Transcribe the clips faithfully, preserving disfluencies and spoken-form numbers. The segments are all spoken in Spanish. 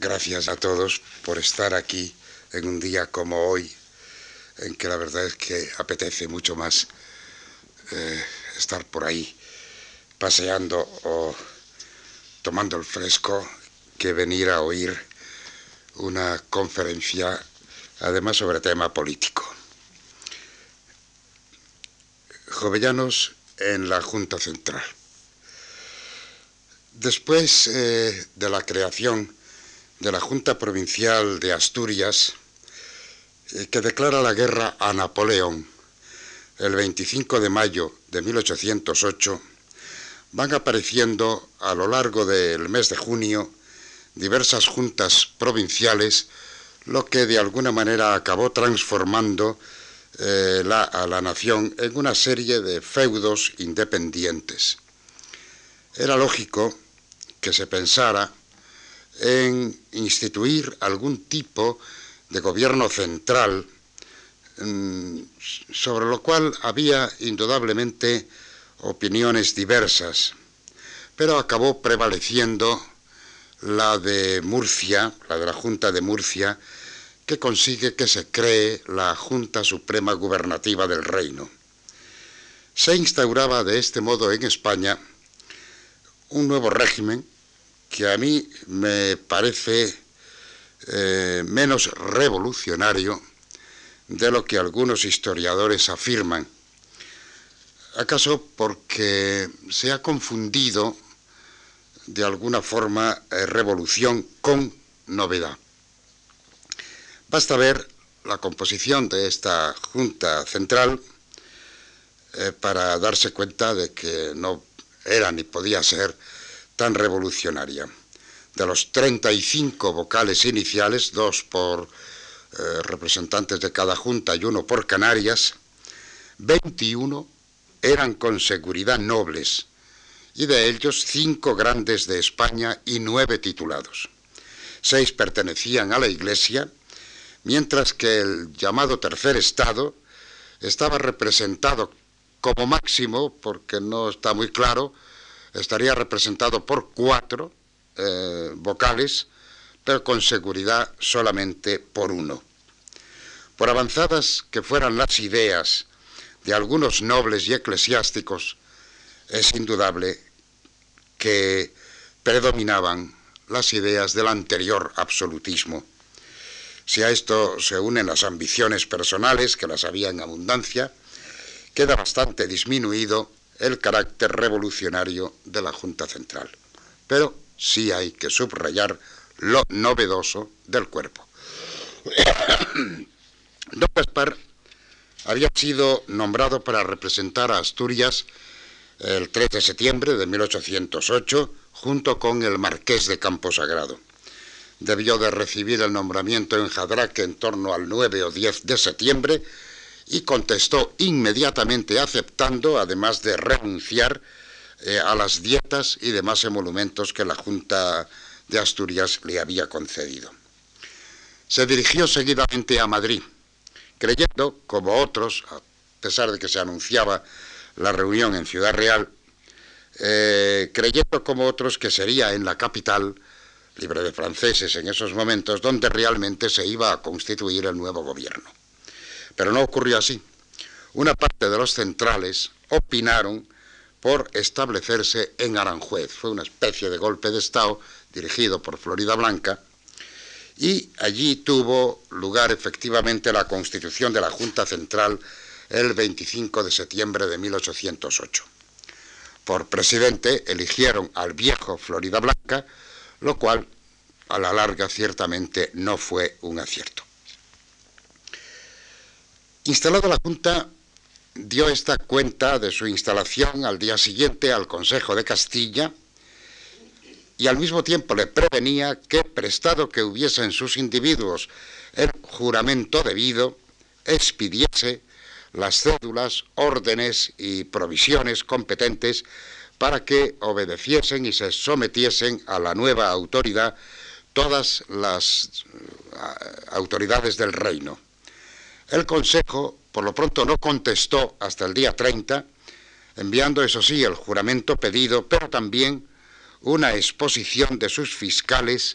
Gracias a todos por estar aquí en un día como hoy, en que la verdad es que apetece mucho más eh, estar por ahí paseando o tomando el fresco que venir a oír una conferencia, además sobre tema político. Jovellanos en la Junta Central. Después eh, de la creación de la Junta Provincial de Asturias, eh, que declara la guerra a Napoleón el veinticinco de mayo de mil ochocientos ocho, van apareciendo a lo largo del mes de junio diversas juntas provinciales, lo que de alguna manera acabó transformando eh, la, a la nación en una serie de feudos independientes. Era lógico que se pensara en instituir algún tipo de gobierno central, sobre lo cual había indudablemente opiniones diversas, pero acabó prevaleciendo la de Murcia, la de la Junta de Murcia, que consigue que se cree la Junta Suprema Gubernativa del Reino. Se instauraba de este modo en España un nuevo régimen que a mí me parece eh, menos revolucionario de lo que algunos historiadores afirman. ¿Acaso porque se ha confundido de alguna forma eh, revolución con novedad? Basta ver la composición de esta Junta Central eh, para darse cuenta de que no era ni podía ser tan revolucionaria. De los treinta y cinco vocales iniciales, dos por eh, representantes de cada junta y uno por Canarias, veintiuno eran con seguridad nobles, y de ellos cinco grandes de España y nueve titulados. Seis pertenecían a la Iglesia, mientras que el llamado Tercer Estado estaba representado como máximo, porque no está muy claro, estaría representado por cuatro eh, vocales, pero con seguridad solamente por uno. Por avanzadas que fueran las ideas de algunos nobles y eclesiásticos, es indudable que predominaban las ideas del anterior absolutismo. Si a esto se unen las ambiciones personales, que las había en abundancia, queda bastante disminuido el carácter revolucionario de la Junta Central. Pero sí hay que subrayar lo novedoso del cuerpo. Don Gaspar había sido nombrado para representar a Asturias el tres de septiembre de mil ochocientos ocho, junto con el marqués de Camposagrado. Debió de recibir el nombramiento en Jadraque en torno al nueve o diez de septiembre, y contestó inmediatamente aceptando, además de renunciar eh, a las dietas y demás emolumentos que la Junta de Asturias le había concedido. Se dirigió seguidamente a Madrid, creyendo, como otros, a pesar de que se anunciaba la reunión en Ciudad Real, eh, creyendo como otros que sería en la capital, libre de franceses en esos momentos, donde realmente se iba a constituir el nuevo gobierno. Pero no ocurrió así. Una parte de los centrales opinaron por establecerse en Aranjuez. Fue una especie de golpe de Estado dirigido por Floridablanca, y allí tuvo lugar efectivamente la constitución de la Junta Central el veinticinco de septiembre de mil ochocientos ocho. Por presidente eligieron al viejo Floridablanca, lo cual a la larga ciertamente no fue un acierto. Instalada la Junta, dio esta cuenta de su instalación al día siguiente al Consejo de Castilla, y al mismo tiempo le prevenía que, prestado que hubiesen sus individuos el juramento debido, expidiese las cédulas, órdenes y provisiones competentes para que obedeciesen y se sometiesen a la nueva autoridad todas las autoridades del reino. El Consejo, por lo pronto, no contestó hasta el día treinta, enviando, eso sí, el juramento pedido, pero también una exposición de sus fiscales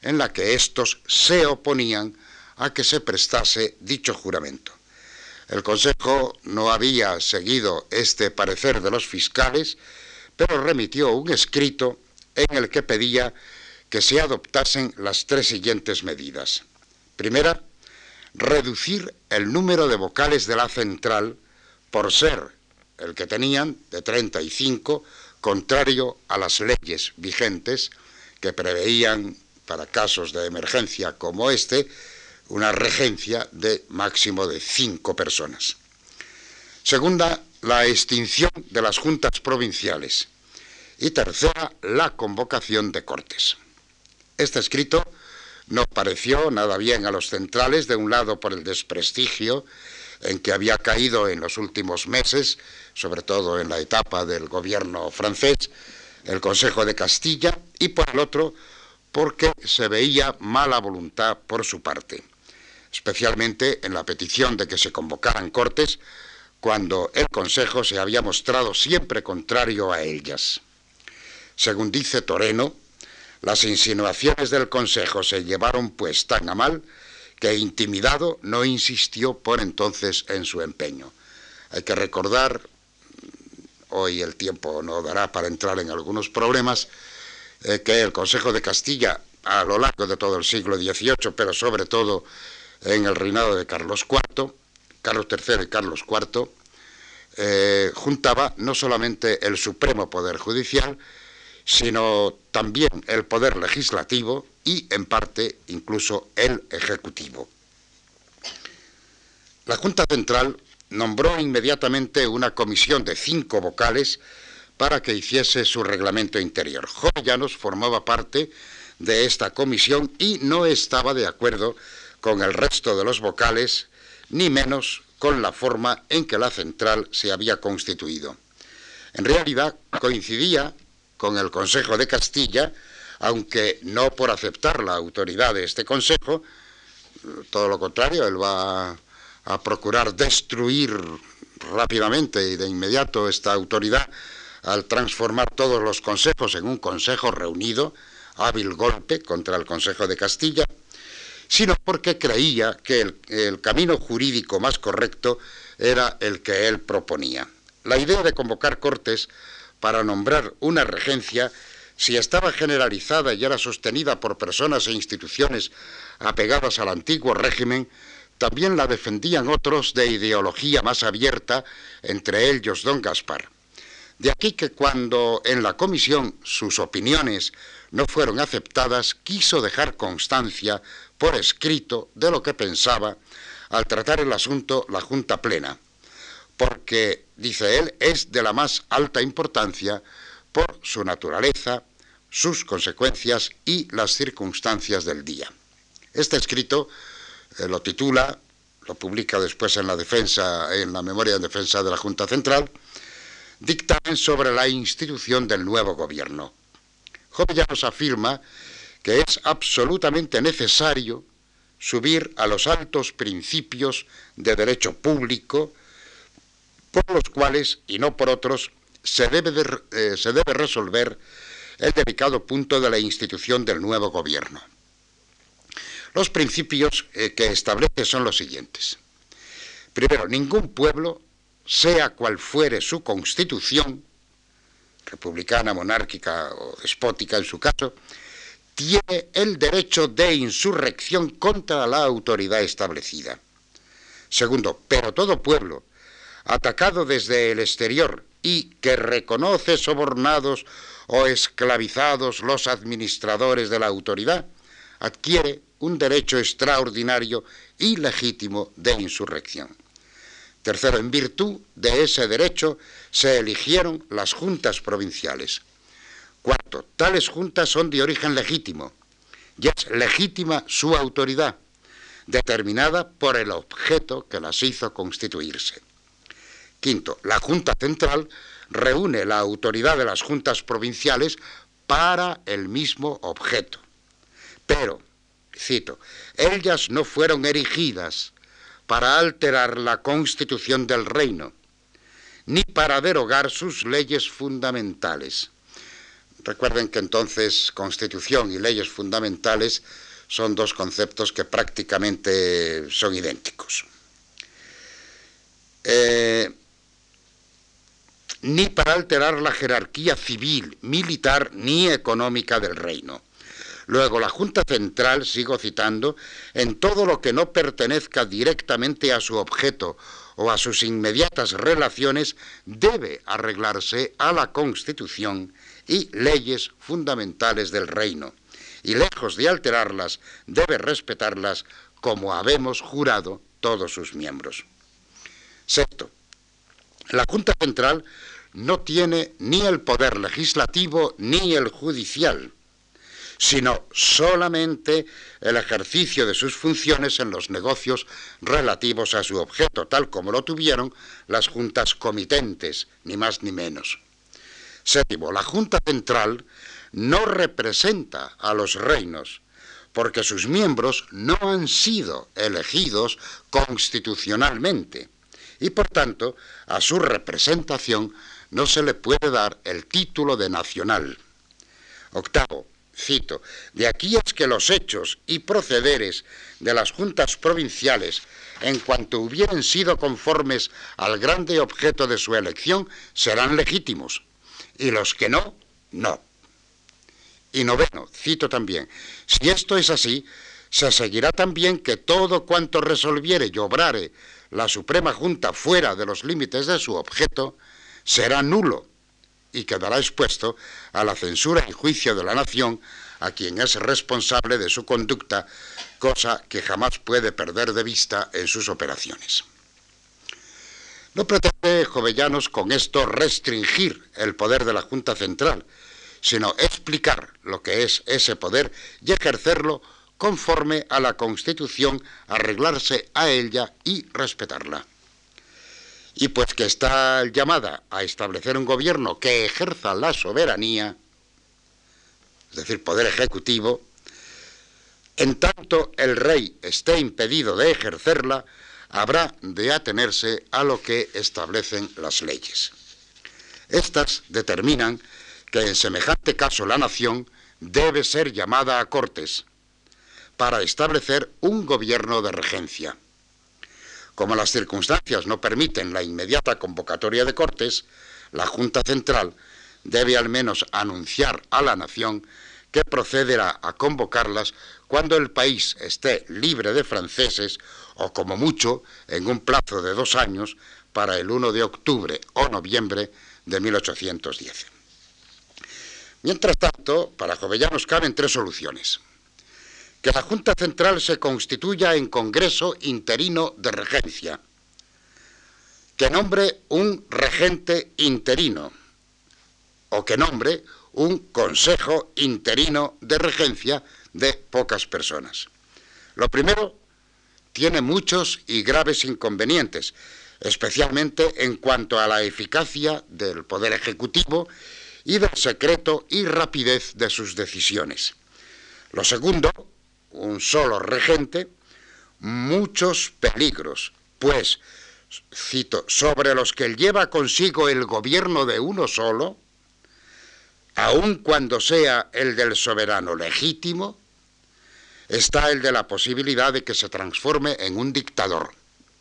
en la que éstos se oponían a que se prestase dicho juramento. El Consejo no había seguido este parecer de los fiscales, pero remitió un escrito en el que pedía que se adoptasen las tres siguientes medidas. Primera, reducir el número de vocales de la central por ser el que tenían de treinta y cinco, contrario a las leyes vigentes que preveían para casos de emergencia como este una regencia de máximo de cinco personas. Segunda, la extinción de las juntas provinciales. Y tercera, la convocación de Cortes. Este escrito no pareció nada bien a los centrales, de un lado por el desprestigio en que había caído en los últimos meses, sobre todo en la etapa del gobierno francés, el Consejo de Castilla, y por el otro porque se veía mala voluntad por su parte, especialmente en la petición de que se convocaran Cortes, cuando el Consejo se había mostrado siempre contrario a ellas. Según dice Toreno, las insinuaciones del Consejo se llevaron pues tan a mal que intimidado no insistió por entonces en su empeño. Hay que recordar, hoy el tiempo no dará para entrar en algunos problemas, eh, que el Consejo de Castilla a lo largo de todo el siglo dieciocho, pero sobre todo en el reinado de Carlos cuarto, Carlos tercero y Carlos cuarto, eh, juntaba no solamente el supremo poder judicial, sino también el poder legislativo y, en parte, incluso el ejecutivo. La Junta Central nombró inmediatamente una comisión de cinco vocales para que hiciese su reglamento interior. Jovellanos formaba parte de esta comisión y no estaba de acuerdo con el resto de los vocales, ni menos con la forma en que la central se había constituido. En realidad, coincidía con el Consejo de Castilla, aunque no por aceptar la autoridad de este Consejo, todo lo contrario, él va a, a procurar destruir rápidamente y de inmediato esta autoridad al transformar todos los consejos en un consejo reunido, hábil golpe contra el Consejo de Castilla, sino porque creía que el, el camino jurídico más correcto era el que él proponía. La idea de convocar Cortes para nombrar una regencia, si estaba generalizada y era sostenida por personas e instituciones apegadas al antiguo régimen, también la defendían otros de ideología más abierta, entre ellos don Gaspar. De aquí que cuando en la comisión sus opiniones no fueron aceptadas, quiso dejar constancia por escrito de lo que pensaba al tratar el asunto la Junta Plena, porque, dice él, es de la más alta importancia por su naturaleza, sus consecuencias y las circunstancias del día. Este escrito eh, lo titula, lo publica después en la defensa, en la memoria de defensa de la Junta Central, Dictamen sobre la institución del nuevo gobierno. Jovellanos afirma que es absolutamente necesario subir a los altos principios de derecho público, por los cuales, y no por otros, se debe, de, eh, se debe resolver el delicado punto de la institución del nuevo gobierno. Los principios eh, que establece son los siguientes. Primero, ningún pueblo, sea cual fuere su constitución, republicana, monárquica o despótica en su caso, tiene el derecho de insurrección contra la autoridad establecida. Segundo, pero todo pueblo, atacado desde el exterior y que reconoce sobornados o esclavizados los administradores de la autoridad, adquiere un derecho extraordinario y legítimo de insurrección. Tercero, en virtud de ese derecho se eligieron las juntas provinciales. Cuarto, tales juntas son de origen legítimo y es legítima su autoridad, determinada por el objeto que las hizo constituirse. Quinto, la Junta Central reúne la autoridad de las juntas provinciales para el mismo objeto. Pero, cito, ellas no fueron erigidas para alterar la constitución del reino, ni para derogar sus leyes fundamentales. Recuerden que entonces Constitución y leyes fundamentales son dos conceptos que prácticamente son idénticos. Eh, ni para alterar la jerarquía civil, militar ni económica del reino. Luego, la Junta Central, sigo citando, en todo lo que no pertenezca directamente a su objeto o a sus inmediatas relaciones, debe arreglarse a la Constitución y leyes fundamentales del reino, y lejos de alterarlas, debe respetarlas como habemos jurado todos sus miembros. Sexto, la Junta Central no tiene ni el poder legislativo ni el judicial, sino solamente el ejercicio de sus funciones en los negocios relativos a su objeto, tal como lo tuvieron las juntas comitentes, ni más ni menos. Séptimo, la Junta Central no representa a los reinos, porque sus miembros no han sido elegidos constitucionalmente, y por tanto, a su representación no se le puede dar el título de nacional. Octavo, cito, de aquí es que los hechos y procederes de las juntas provinciales, en cuanto hubieren sido conformes al grande objeto de su elección, serán legítimos, y los que no, no. Y noveno, cito también, si esto es así, se seguirá también que todo cuanto resolviere y obrare la Suprema Junta fuera de los límites de su objeto, será nulo y quedará expuesto a la censura y juicio de la nación, a quien es responsable de su conducta, cosa que jamás puede perder de vista en sus operaciones. No pretende Jovellanos con esto restringir el poder de la Junta Central, sino explicar lo que es ese poder y ejercerlo conforme a la Constitución, arreglarse a ella y respetarla. Y pues que está llamada a establecer un gobierno que ejerza la soberanía, es decir, poder ejecutivo, en tanto el rey esté impedido de ejercerla, habrá de atenerse a lo que establecen las leyes. Estas determinan que en semejante caso la nación debe ser llamada a Cortes para establecer un gobierno de regencia. Como las circunstancias no permiten la inmediata convocatoria de Cortes, la Junta Central debe al menos anunciar a la nación que procederá a convocarlas cuando el país esté libre de franceses o como mucho en un plazo de dos años para el primero de octubre o noviembre de mil ochocientos diez. Mientras tanto, para Jovellanos caben tres soluciones. Que la Junta Central se constituya en Congreso interino de regencia, que nombre un regente interino, o que nombre un Consejo interino de regencia de pocas personas. Lo primero tiene muchos y graves inconvenientes, especialmente en cuanto a la eficacia del Poder Ejecutivo y del secreto y rapidez de sus decisiones. Lo segundo, un solo regente, muchos peligros, pues, cito, sobre los que lleva consigo el gobierno de uno solo, aun cuando sea el del soberano legítimo, está el de la posibilidad de que se transforme en un dictador.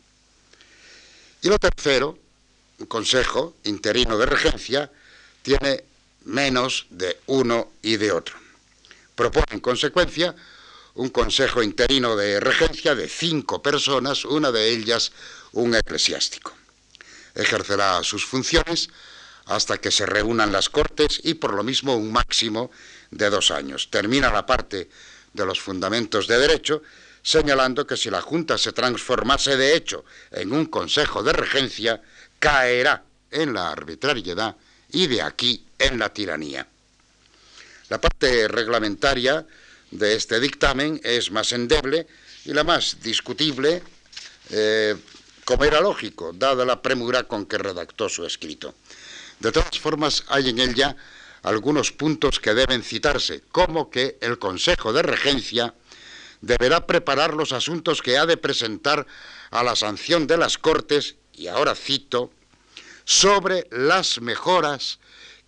Y lo tercero, un consejo interino de regencia, tiene menos de uno y de otro. Propone, en consecuencia, un consejo interino de regencia de cinco personas, una de ellas un eclesiástico. Ejercerá sus funciones hasta que se reúnan las Cortes y por lo mismo un máximo de dos años. Termina la parte de los fundamentos de derecho señalando que si la Junta se transformase de hecho en un consejo de regencia, caerá en la arbitrariedad y de aquí en la tiranía. La parte reglamentaria de este dictamen es más endeble y la más discutible, eh, como era lógico, dada la premura con que redactó su escrito. De todas formas, hay en él ya algunos puntos que deben citarse, como que el Consejo de Regencia deberá preparar los asuntos que ha de presentar a la sanción de las Cortes, y ahora cito, sobre las mejoras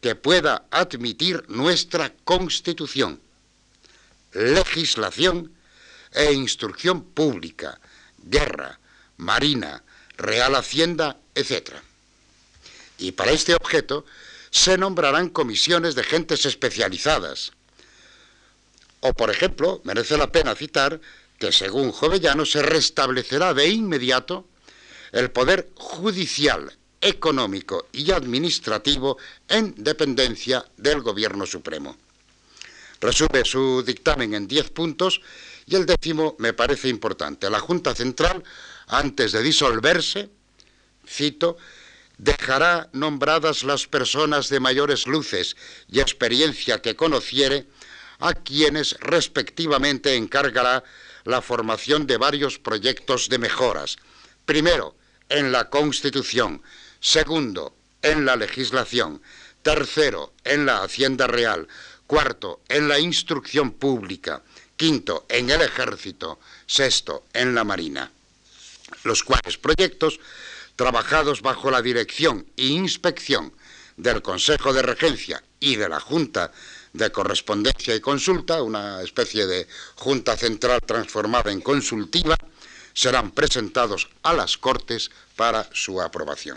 que pueda admitir nuestra Constitución, legislación e instrucción pública, guerra, marina, Real Hacienda, etcétera. Y para este objeto se nombrarán comisiones de gentes especializadas. O, por ejemplo, merece la pena citar que, según Jovellanos, se restablecerá de inmediato el poder judicial, económico y administrativo en dependencia del Gobierno Supremo. Resume su dictamen en diez puntos y el décimo me parece importante. La Junta Central, antes de disolverse, cito, dejará nombradas las personas de mayores luces y experiencia que conociere, a quienes respectivamente encargará la formación de varios proyectos de mejoras. Primero, en la Constitución. Segundo, en la legislación. Tercero, en la Hacienda Real. Cuarto, en la instrucción pública. Quinto, en el Ejército. Sexto, en la Marina. Los cuales proyectos, trabajados bajo la dirección e inspección del Consejo de Regencia y de la Junta de Correspondencia y Consulta, una especie de Junta Central transformada en consultiva, serán presentados a las Cortes para su aprobación.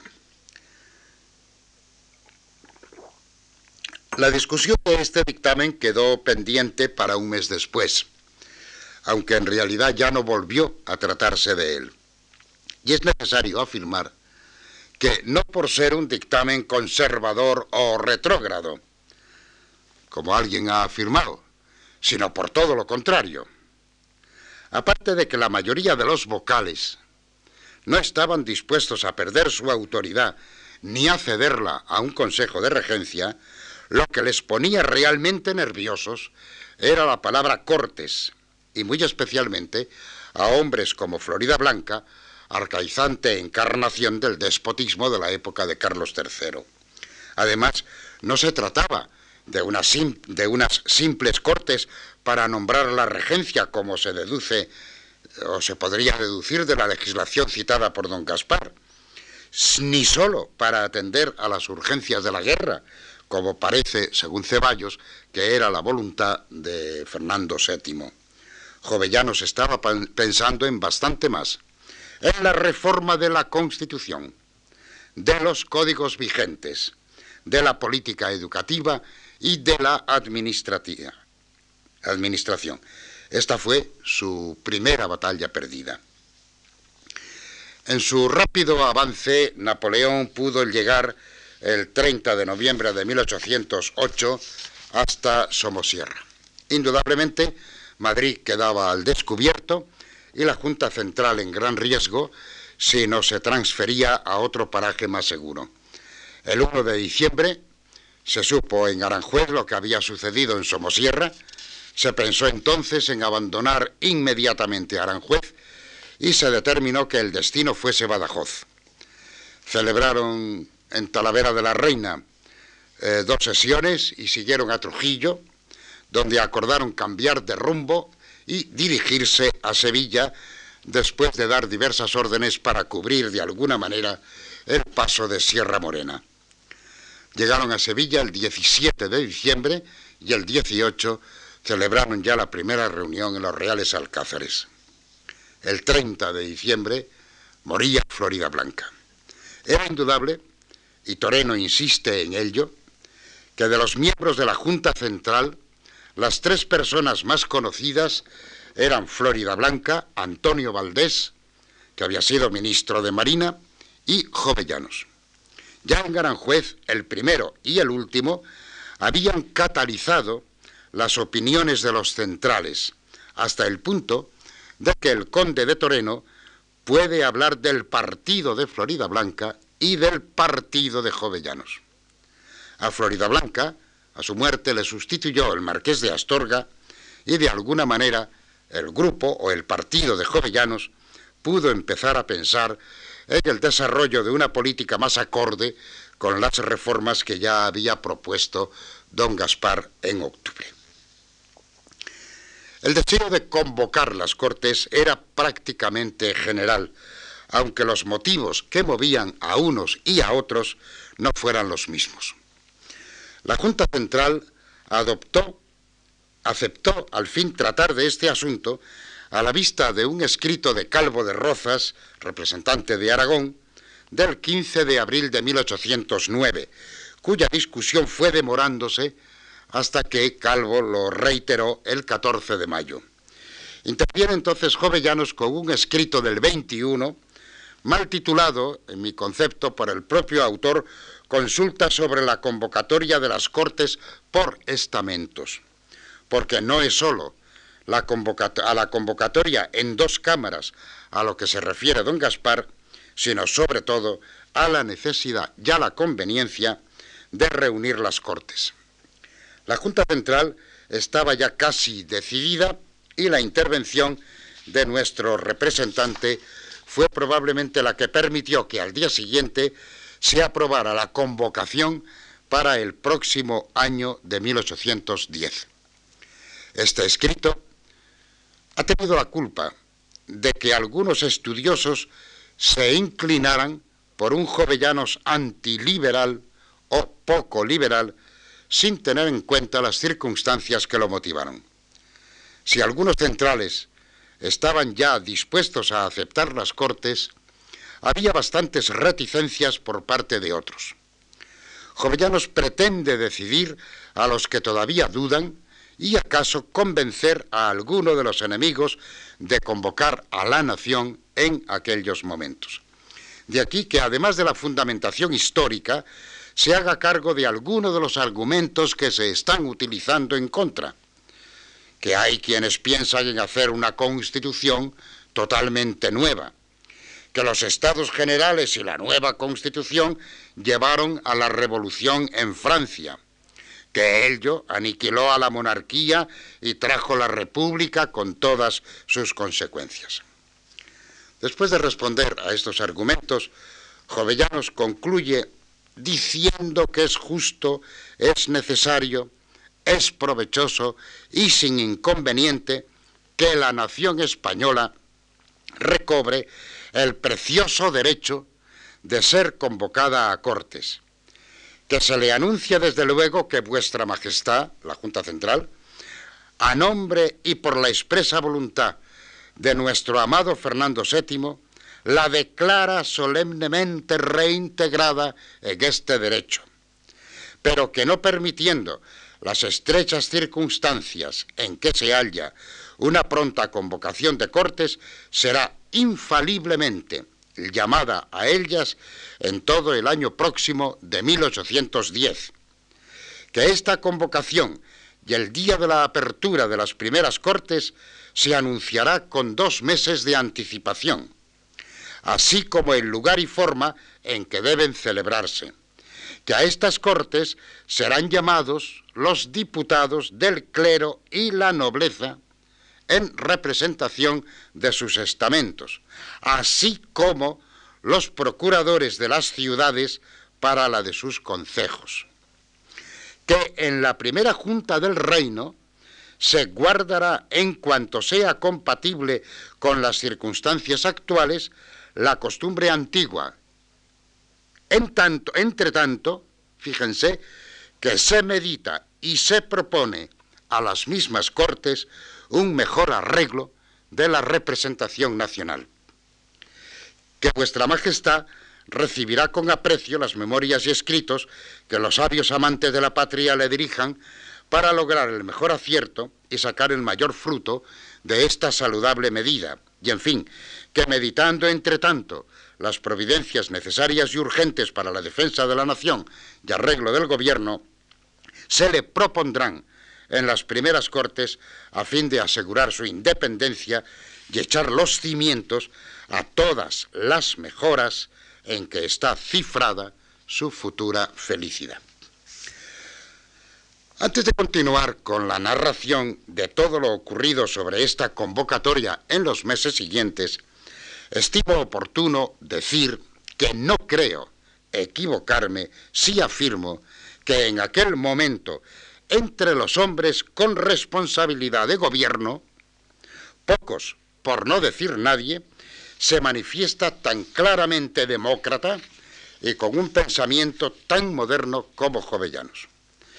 La discusión de este dictamen quedó pendiente para un mes después, aunque en realidad ya no volvió a tratarse de él. Y es necesario afirmar que no por ser un dictamen conservador o retrógrado, como alguien ha afirmado, sino por todo lo contrario. Aparte de que la mayoría de los vocales no estaban dispuestos a perder su autoridad ni a cederla a un consejo de regencia, lo que les ponía realmente nerviosos era la palabra Cortes, y muy especialmente a hombres como Florida Blanca, arcaizante encarnación del despotismo de la época de Carlos tercero. Además, no se trataba de unas, sim de unas simples Cortes para nombrar la regencia, como se deduce o se podría deducir de la legislación citada por don Gaspar, ni solo para atender a las urgencias de la guerra, como parece, según Ceballos, que era la voluntad de Fernando séptimo. Jovellanos estaba pensando en bastante más, en la reforma de la Constitución, de los códigos vigentes, de la política educativa y de la administrativa, administración. Esta fue su primera batalla perdida. En su rápido avance, Napoleón pudo llegar el treinta de noviembre de mil ochocientos ocho hasta Somosierra. Indudablemente, Madrid quedaba al descubierto y la Junta Central en gran riesgo si no se transfería a otro paraje más seguro. El uno de diciembre se supo en Aranjuez lo que había sucedido en Somosierra. Se pensó entonces en abandonar inmediatamente Aranjuez y se determinó que el destino fuese Badajoz. Celebraron en Talavera de la Reina eh, dos sesiones y siguieron a Trujillo, donde acordaron cambiar de rumbo y dirigirse a Sevilla después de dar diversas órdenes para cubrir de alguna manera el paso de Sierra Morena. Llegaron a Sevilla el diecisiete de diciembre y el dieciocho celebraron ya la primera reunión en los Reales Alcázares. El treinta de diciembre moría Florida Blanca. Era indudable, y Toreno insiste en ello, que de los miembros de la Junta Central, las tres personas más conocidas eran Florida Blanca, Antonio Valdés, que había sido ministro de Marina, y Jovellanos. Ya en Aranjuez, el primero y el último habían catalizado las opiniones de los centrales, hasta el punto de que el conde de Toreno puede hablar del partido de Florida Blanca y del partido de Jovellanos. A Florida Blanca, a su muerte, le sustituyó el marqués de Astorga y de alguna manera el grupo o el partido de Jovellanos pudo empezar a pensar en el desarrollo de una política más acorde con las reformas que ya había propuesto don Gaspar en octubre. El deseo de convocar las Cortes era prácticamente general, aunque los motivos que movían a unos y a otros no fueran los mismos. La Junta Central adoptó, aceptó al fin tratar de este asunto a la vista de un escrito de Calvo de Rozas, representante de Aragón, del quince de abril de mil ochocientos nueve, cuya discusión fue demorándose hasta que Calvo lo reiteró el catorce de mayo. Interviene entonces Jovellanos con un escrito del veintiuno, mal titulado, en mi concepto, por el propio autor, Consulta sobre la convocatoria de las Cortes por estamentos, porque no es sólo la a la convocatoria en dos cámaras a lo que se refiere don Gaspar, sino sobre todo a la necesidad y a la conveniencia de reunir las Cortes. La Junta Central estaba ya casi decidida y la intervención de nuestro representante fue probablemente la que permitió que al día siguiente se aprobara la convocación para el próximo año de mil ochocientos diez. Este escrito ha tenido la culpa de que algunos estudiosos se inclinaran por un Jovellanos antiliberal o poco liberal, sin tener en cuenta las circunstancias que lo motivaron. Si algunos centrales estaban ya dispuestos a aceptar las Cortes, había bastantes reticencias por parte de otros. Jovellanos pretende decidir a los que todavía dudan y acaso convencer a alguno de los enemigos de convocar a la nación en aquellos momentos. De aquí que, además de la fundamentación histórica, se haga cargo de alguno de los argumentos que se están utilizando en contra, que hay quienes piensan en hacer una constitución totalmente nueva, que los Estados Generales y la nueva Constitución llevaron a la revolución en Francia, que ello aniquiló a la monarquía y trajo la república con todas sus consecuencias. Después de responder a estos argumentos, Jovellanos concluye diciendo que es justo, es necesario, es provechoso y sin inconveniente que la nación española recobre el precioso derecho de ser convocada a Cortes, que se le anuncia desde luego que vuestra Majestad, la Junta Central, a nombre y por la expresa voluntad de nuestro amado Fernando séptimo, la declara solemnemente reintegrada en este derecho, pero que no permitiendo las estrechas circunstancias en que se halla una pronta convocación de Cortes, será infaliblemente llamada a ellas en todo el año próximo de mil ochocientos diez, que esta convocación y el día de la apertura de las primeras Cortes se anunciará con dos meses de anticipación, así como el lugar y forma en que deben celebrarse, que a estas Cortes serán llamados los diputados del clero y la nobleza en representación de sus estamentos, así como los procuradores de las ciudades para la de sus concejos, que en la primera Junta del Reino se guardará, en cuanto sea compatible con las circunstancias actuales, la costumbre antigua. En tanto, entre tanto, fíjense, que se medita y se propone a las mismas Cortes un mejor arreglo de la representación nacional. Que vuestra Majestad recibirá con aprecio las memorias y escritos que los sabios amantes de la patria le dirijan para lograr el mejor acierto y sacar el mayor fruto de esta saludable medida. Y, en fin, que meditando entre tanto las providencias necesarias y urgentes para la defensa de la nación y arreglo del gobierno, se le propondrán en las primeras Cortes a fin de asegurar su independencia y echar los cimientos a todas las mejoras en que está cifrada su futura felicidad. Antes de continuar con la narración de todo lo ocurrido sobre esta convocatoria en los meses siguientes, estimo oportuno decir que no creo equivocarme si afirmo que en aquel momento, entre los hombres con responsabilidad de gobierno, pocos, por no decir nadie, se manifiesta tan claramente demócrata y con un pensamiento tan moderno como Jovellanos.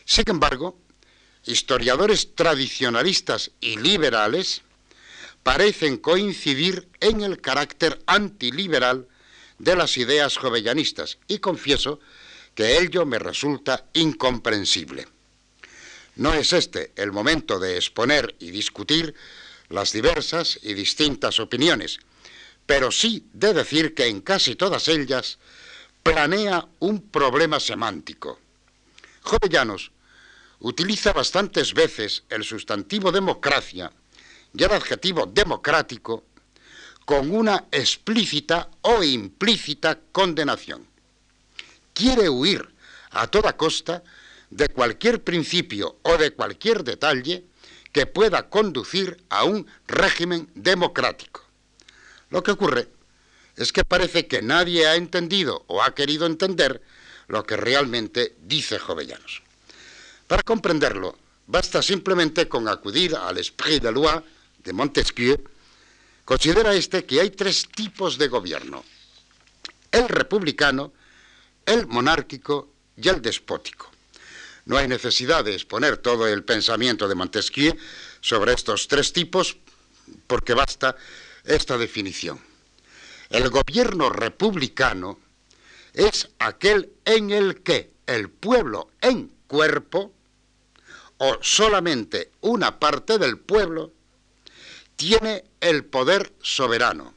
Sin embargo, historiadores tradicionalistas y liberales parecen coincidir en el carácter antiliberal de las ideas jovellanistas, y confieso que ello me resulta incomprensible. No es este el momento de exponer y discutir las diversas y distintas opiniones, pero sí de decir que en casi todas ellas planea un problema semántico. Jovellanos utiliza bastantes veces el sustantivo democracia y el adjetivo democrático con una explícita o implícita condenación. Quiere huir a toda costa de cualquier principio o de cualquier detalle que pueda conducir a un régimen democrático. Lo que ocurre es que parece que nadie ha entendido o ha querido entender lo que realmente dice Jovellanos. Para comprenderlo, basta simplemente con acudir al esprit de loi de Montesquieu. Considera este que hay tres tipos de gobierno: el republicano, el monárquico y el despótico. No hay necesidad de exponer todo el pensamiento de Montesquieu sobre estos tres tipos, porque basta esta definición. El gobierno republicano es aquel en el que el pueblo en cuerpo, o solamente una parte del pueblo, tiene el poder soberano.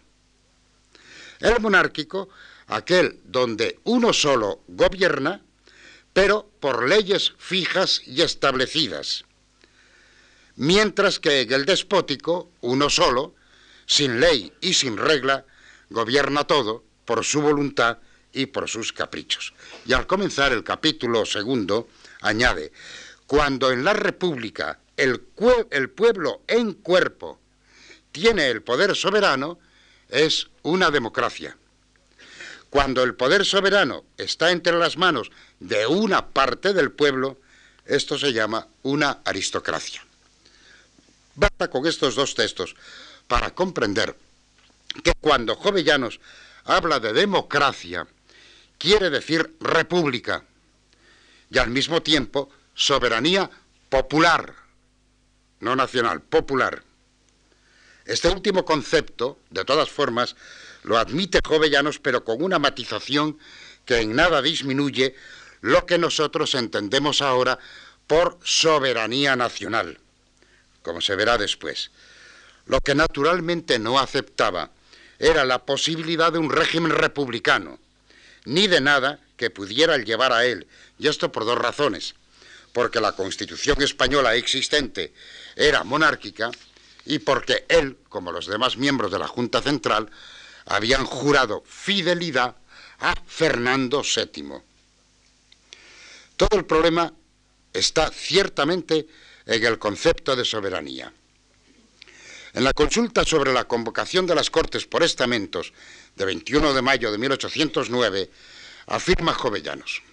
El monárquico, aquel donde uno solo gobierna, pero por leyes fijas y establecidas, mientras que en el despótico, uno solo, sin ley y sin regla, gobierna todo por su voluntad y por sus caprichos. Y al comenzar el capítulo segundo, añade: cuando en la república el, el pueblo en cuerpo tiene el poder soberano, es una democracia. Cuando el poder soberano está entre las manos de una parte del pueblo, esto se llama una aristocracia. Basta con estos dos textos para comprender que cuando Jovellanos habla de democracia, quiere decir república y al mismo tiempo soberanía popular, no nacional, popular. Este último concepto, de todas formas, lo admite Jovellanos, pero con una matización que en nada disminuye lo que nosotros entendemos ahora por soberanía nacional, como se verá después. Lo que naturalmente no aceptaba era la posibilidad de un régimen republicano, ni de nada que pudiera llevar a él, y esto por dos razones: porque la Constitución española existente era monárquica, y porque él, como los demás miembros de la Junta Central, habían jurado fidelidad a Fernando séptimo. Todo el problema está ciertamente en el concepto de soberanía. En la consulta sobre la convocación de las Cortes por estamentos de veintiuno de mayo de mil ochocientos nueve, afirma Jovellanos,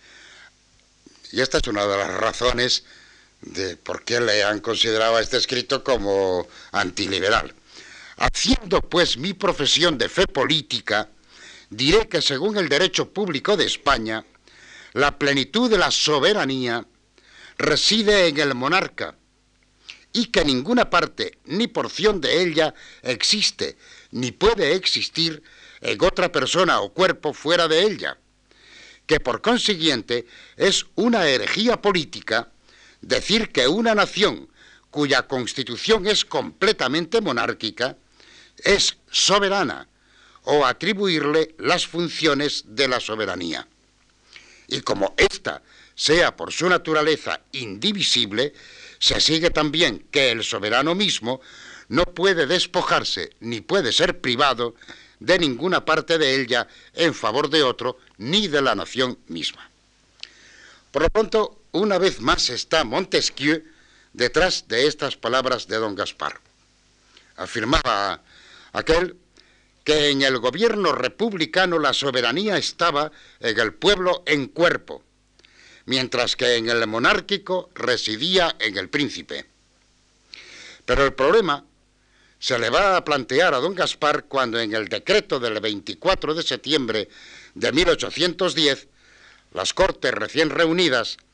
y esta es una de las razones de por qué le han considerado a este escrito como antiliberal: haciendo pues mi profesión de fe política, diré que según el derecho público de España, la plenitud de la soberanía reside en el monarca, y que ninguna parte ni porción de ella existe, ni puede existir en otra persona o cuerpo fuera de ella, que por consiguiente es una herejía política decir que una nación cuya constitución es completamente monárquica es soberana, o atribuirle las funciones de la soberanía. Y como ésta sea por su naturaleza indivisible, se sigue también que el soberano mismo no puede despojarse ni puede ser privado de ninguna parte de ella en favor de otro, ni de la nación misma. Por lo pronto, una vez más está Montesquieu detrás de estas palabras de don Gaspar. Afirmaba aquel que en el gobierno republicano la soberanía estaba en el pueblo en cuerpo, mientras que en el monárquico residía en el príncipe. Pero el problema se le va a plantear a don Gaspar cuando en el decreto del veinticuatro de septiembre de mil ochocientos diez, las Cortes recién reunidas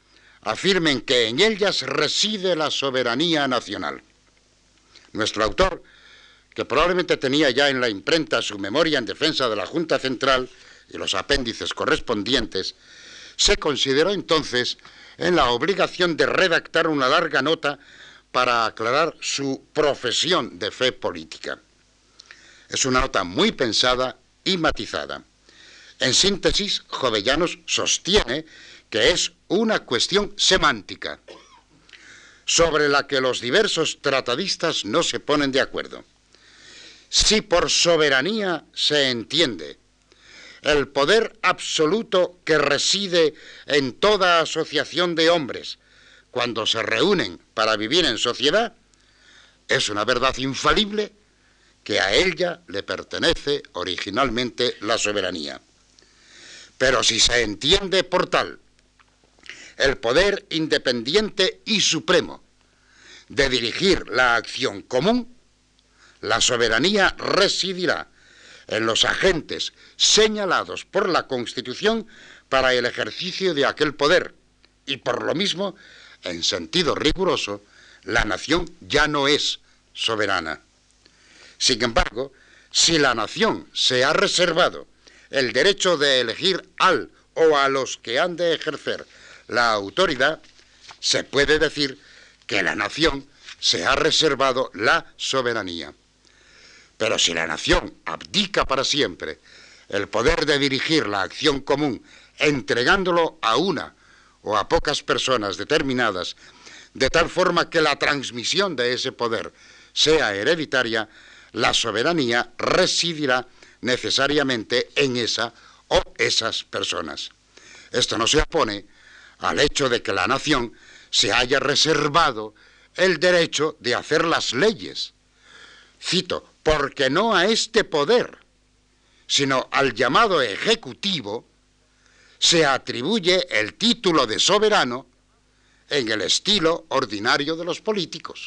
afirmen que en ellas reside la soberanía nacional. Nuestro autor, que probablemente tenía ya en la imprenta su memoria en defensa de la Junta Central y los apéndices correspondientes, se consideró entonces en la obligación de redactar una larga nota para aclarar su profesión de fe política. Es una nota muy pensada y matizada. En síntesis, Jovellanos sostiene que es una cuestión semántica, sobre la que los diversos tratadistas no se ponen de acuerdo. Si por soberanía se entiende el poder absoluto que reside en toda asociación de hombres cuando se reúnen para vivir en sociedad, es una verdad infalible que a ella le pertenece originalmente la soberanía. Pero si se entiende por tal el poder independiente y supremo de dirigir la acción común, la soberanía residirá en los agentes señalados por la Constitución para el ejercicio de aquel poder, y por lo mismo, en sentido riguroso, la nación ya no es soberana. Sin embargo, si la nación se ha reservado el derecho de elegir al o a los que han de ejercer la autoridad, se puede decir que la nación se ha reservado la soberanía. Pero si la nación abdica para siempre el poder de dirigir la acción común, entregándolo a una o a pocas personas determinadas, de tal forma que la transmisión de ese poder sea hereditaria, la soberanía residirá necesariamente en esa o esas personas. Esto no se opone al hecho de que la nación se haya reservado el derecho de hacer las leyes. Cito, porque no a este poder, sino al llamado ejecutivo, se atribuye el título de soberano en el estilo ordinario de los políticos.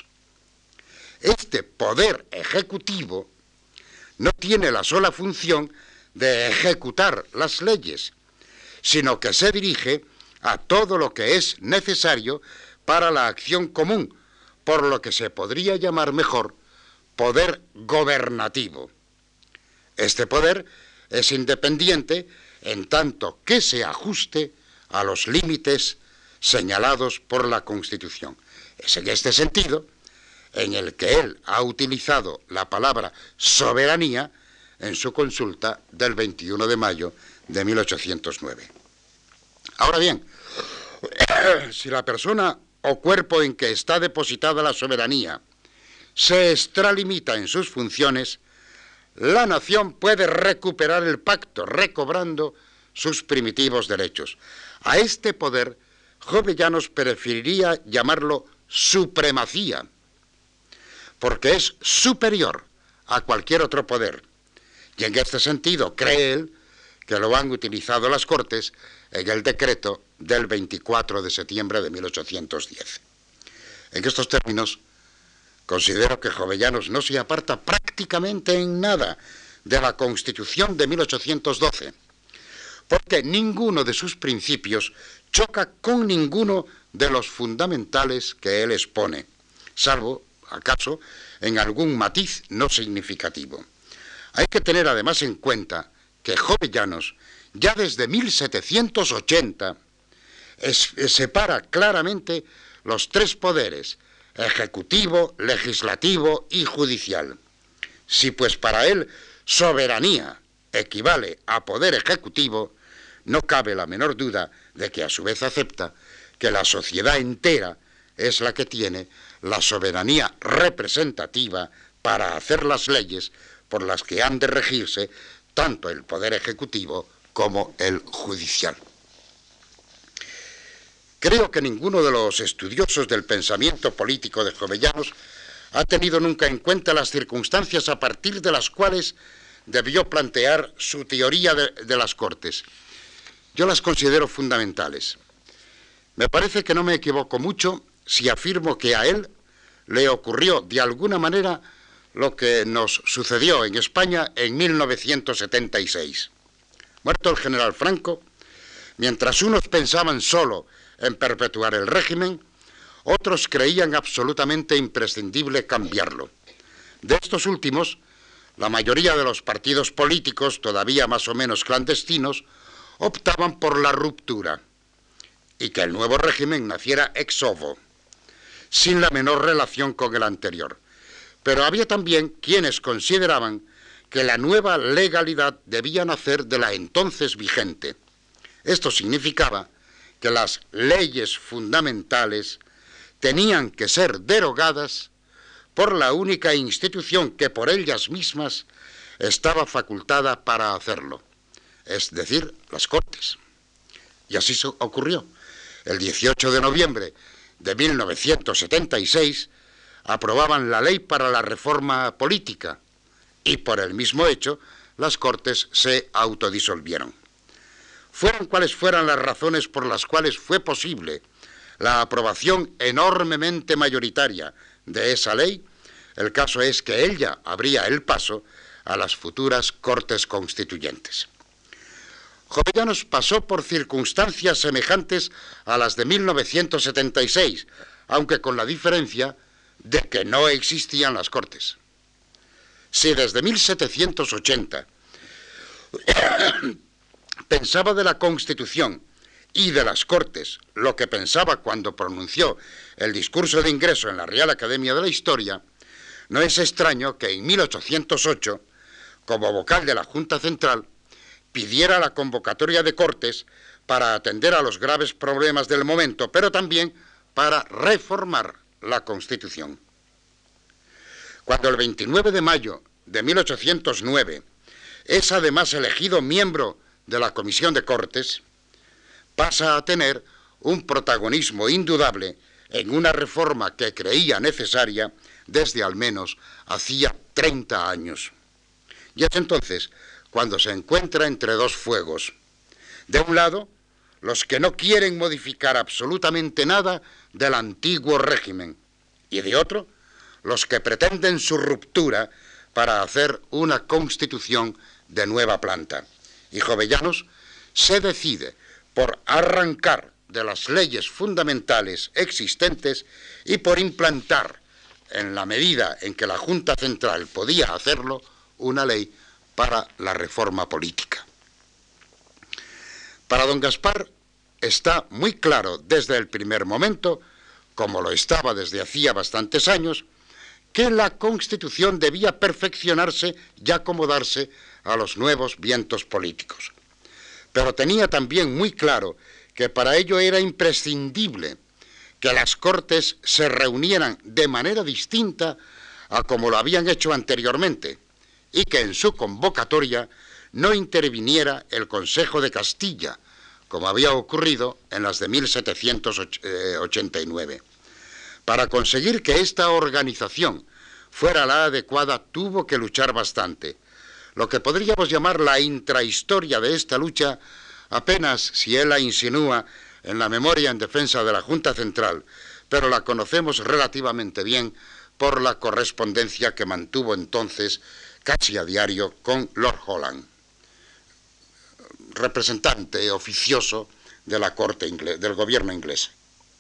Este poder ejecutivo no tiene la sola función de ejecutar las leyes, sino que se dirige a todo lo que es necesario para la acción común, por lo que se podría llamar mejor poder gobernativo. Este poder es independiente en tanto que se ajuste a los límites señalados por la Constitución. Es en este sentido en el que él ha utilizado la palabra soberanía en su consulta del veintiuno de mayo de mil ochocientos nueve. Ahora bien, si la persona o cuerpo en que está depositada la soberanía se extralimita en sus funciones, la nación puede recuperar el pacto, recobrando sus primitivos derechos. A este poder, Jovellanos preferiría llamarlo supremacía, porque es superior a cualquier otro poder. Y en este sentido cree él que lo han utilizado las Cortes en el decreto del veinticuatro de septiembre de mil ochocientos diez. En estos términos, considero que Jovellanos no se aparta prácticamente en nada de la Constitución de mil ochocientos doce, porque ninguno de sus principios choca con ninguno de los fundamentales que él expone, salvo, acaso, en algún matiz no significativo. Hay que tener además en cuenta que Jovellanos, ya desde mil setecientos ochenta, es, separa claramente los tres poderes, ejecutivo, legislativo y judicial. Si pues para él soberanía equivale a poder ejecutivo, no cabe la menor duda de que a su vez acepta que la sociedad entera es la que tiene la soberanía representativa para hacer las leyes por las que han de regirse tanto el poder ejecutivo como el judicial. Creo que ninguno de los estudiosos del pensamiento político de Jovellanos ha tenido nunca en cuenta las circunstancias a partir de las cuales debió plantear su teoría de, de las Cortes. Yo las considero fundamentales. Me parece que no me equivoco mucho si afirmo que a él le ocurrió de alguna manera lo que nos sucedió en España en mil novecientos setenta y seis. Muerto el general Franco, mientras unos pensaban solo en perpetuar el régimen, otros creían absolutamente imprescindible cambiarlo. De estos últimos, la mayoría de los partidos políticos, todavía más o menos clandestinos, optaban por la ruptura y que el nuevo régimen naciera ex novo, sin la menor relación con el anterior. Pero había también quienes consideraban que la nueva legalidad debía nacer de la entonces vigente. Esto significaba que las leyes fundamentales tenían que ser derogadas por la única institución que por ellas mismas estaba facultada para hacerlo, es decir, las Cortes. Y así ocurrió. El dieciocho de noviembre de mil novecientos setenta y seis aprobaban la ley para la reforma política y por el mismo hecho las Cortes se autodisolvieron. Fueran cuales fueran las razones por las cuales fue posible la aprobación enormemente mayoritaria de esa ley, el caso es que ella abría el paso a las futuras Cortes Constituyentes. Jovellanos pasó por circunstancias semejantes a las de mil novecientos setenta y seis, aunque con la diferencia de que no existían las Cortes. Si desde mil setecientos ochenta pensaba de la Constitución y de las Cortes lo que pensaba cuando pronunció el discurso de ingreso en la Real Academia de la Historia, no es extraño que en mil ochocientos ocho, como vocal de la Junta Central, pidiera la convocatoria de Cortes para atender a los graves problemas del momento, pero también para reformar la Constitución. Cuando el veintinueve de mayo de mil ochocientos nueve es además elegido miembro de la Comisión de Cortes, pasa a tener un protagonismo indudable en una reforma que creía necesaria desde al menos hacía treinta años. Y es entonces cuando se encuentra entre dos fuegos. De un lado, los que no quieren modificar absolutamente nada del antiguo régimen, y de otro, los que pretenden su ruptura para hacer una constitución de nueva planta. Y Jovellanos se decide por arrancar de las leyes fundamentales existentes y por implantar, en la medida en que la Junta Central podía hacerlo, una ley para la reforma política. Para don Gaspar está muy claro desde el primer momento, como lo estaba desde hacía bastantes años, que la Constitución debía perfeccionarse y acomodarse a los nuevos vientos políticos. Pero tenía también muy claro que para ello era imprescindible que las Cortes se reunieran de manera distinta a como lo habían hecho anteriormente y que en su convocatoria no interviniera el Consejo de Castilla, como había ocurrido en las de mil setecientos ochenta y nueve. Para conseguir que esta organización fuera la adecuada, tuvo que luchar bastante. Lo que podríamos llamar la intrahistoria de esta lucha, apenas si él la insinúa en la memoria en defensa de la Junta Central, pero la conocemos relativamente bien por la correspondencia que mantuvo entonces casi a diario con Lord Holland, representante oficioso de la corte inglés, del gobierno inglés.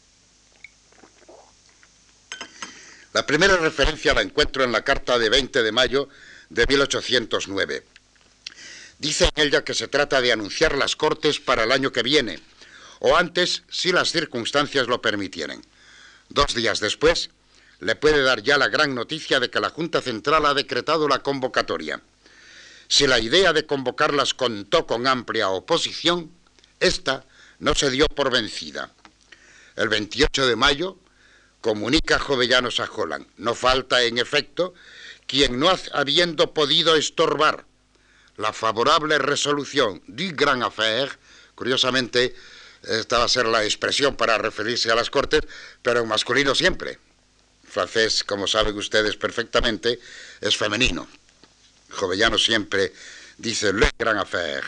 La primera referencia la encuentro en la carta de veinte de mayo de mil ochocientos nueve. Dice en ella que se trata de anunciar las Cortes para el año que viene, o antes si las circunstancias lo permitieren. Dos días después, le puede dar ya la gran noticia de que la Junta Central ha decretado la convocatoria. Si la idea de convocarlas contó con amplia oposición, esta no se dio por vencida. El veintiocho de mayo comunica Jovellanos a Holland: no falta, en efecto, quien no habiendo podido estorbar la favorable resolución du Grand Affaire, curiosamente, esta va a ser la expresión para referirse a las Cortes, pero en masculino siempre. Francés, como saben ustedes perfectamente, es femenino. Jovellanos siempre dice le Grand Affaire.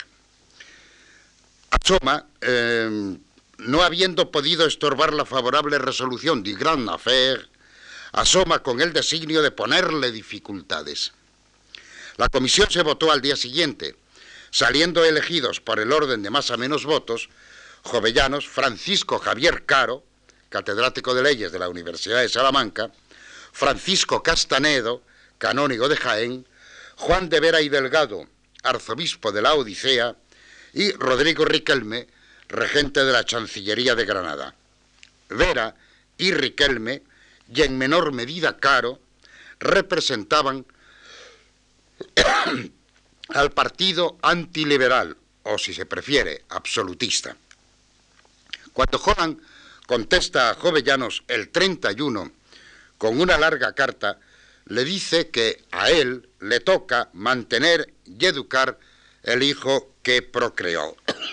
Asoma, eh, no habiendo podido estorbar la favorable resolución du Grand Affaire, asoma con el designio de ponerle dificultades. La comisión se votó al día siguiente, saliendo elegidos por el orden de más a menos votos Jovellanos, Francisco Javier Caro, catedrático de Leyes de la Universidad de Salamanca, Francisco Castanedo, canónigo de Jaén, Juan de Vera y Delgado, arzobispo de la Odisea, y Rodrigo Riquelme, regente de la Chancillería de Granada. Vera y Riquelme, y en menor medida Caro, representaban al partido antiliberal, o si se prefiere, absolutista. Cuando Holland contesta a Jovellanos el treinta y uno con una larga carta, le dice que a él le toca mantener y educar el hijo que procreó.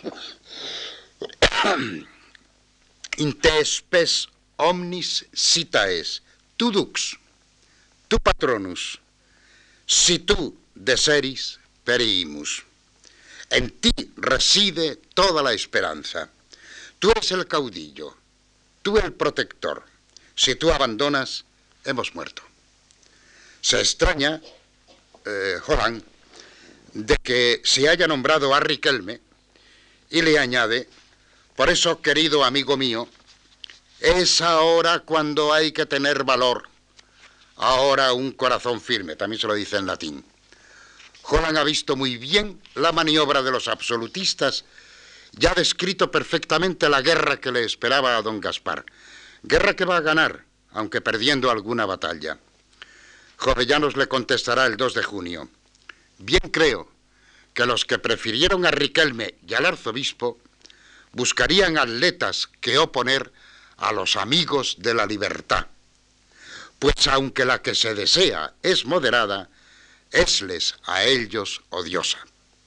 In te spes omnis citaes, tu dux, tu patronus, si tu deseris periimus. En ti reside toda la esperanza. Tú eres el caudillo, tú el protector. Si tú abandonas, hemos muerto. Se extraña eh, Holland de que se haya nombrado a Riquelme y le añade: por eso, querido amigo mío, es ahora cuando hay que tener valor, ahora un corazón firme. También se lo dice en latín. Holland ha visto muy bien la maniobra de los absolutistas y ha descrito perfectamente la guerra que le esperaba a don Gaspar. Guerra que va a ganar, aunque perdiendo alguna batalla. Jovellanos le contestará el dos de junio. Bien creo que los que prefirieron a Riquelme y al arzobispo buscarían atletas que oponer a los amigos de la libertad, pues aunque la que se desea es moderada, esles a ellos odiosa.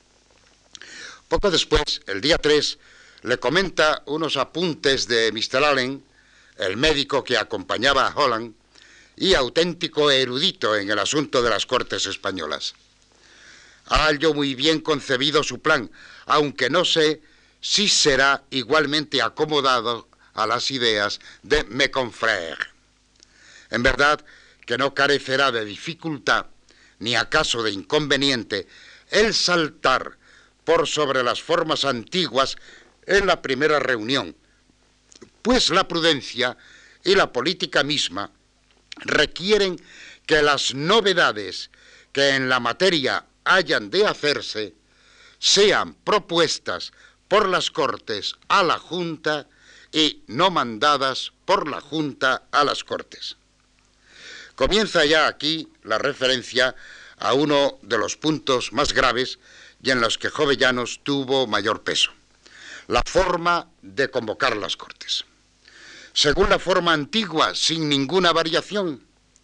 Poco después, el día tres, le comenta unos apuntes de mister Allen, el médico que acompañaba a Holland, y auténtico erudito en el asunto de las Cortes españolas. Hallo muy bien concebido su plan, aunque no sé si será igualmente acomodado a las ideas de mes confrères. En verdad que no carecerá de dificultad, ni acaso de inconveniente, el saltar por sobre las formas antiguas en la primera reunión, pues la prudencia y la política misma requieren que las novedades que en la materia hayan de hacerse sean propuestas por las Cortes a la Junta y no mandadas por la Junta a las Cortes. Comienza ya aquí la referencia a uno de los puntos más graves y en los que Jovellanos tuvo mayor peso: la forma de convocar las Cortes. Según la forma antigua, sin ninguna variación,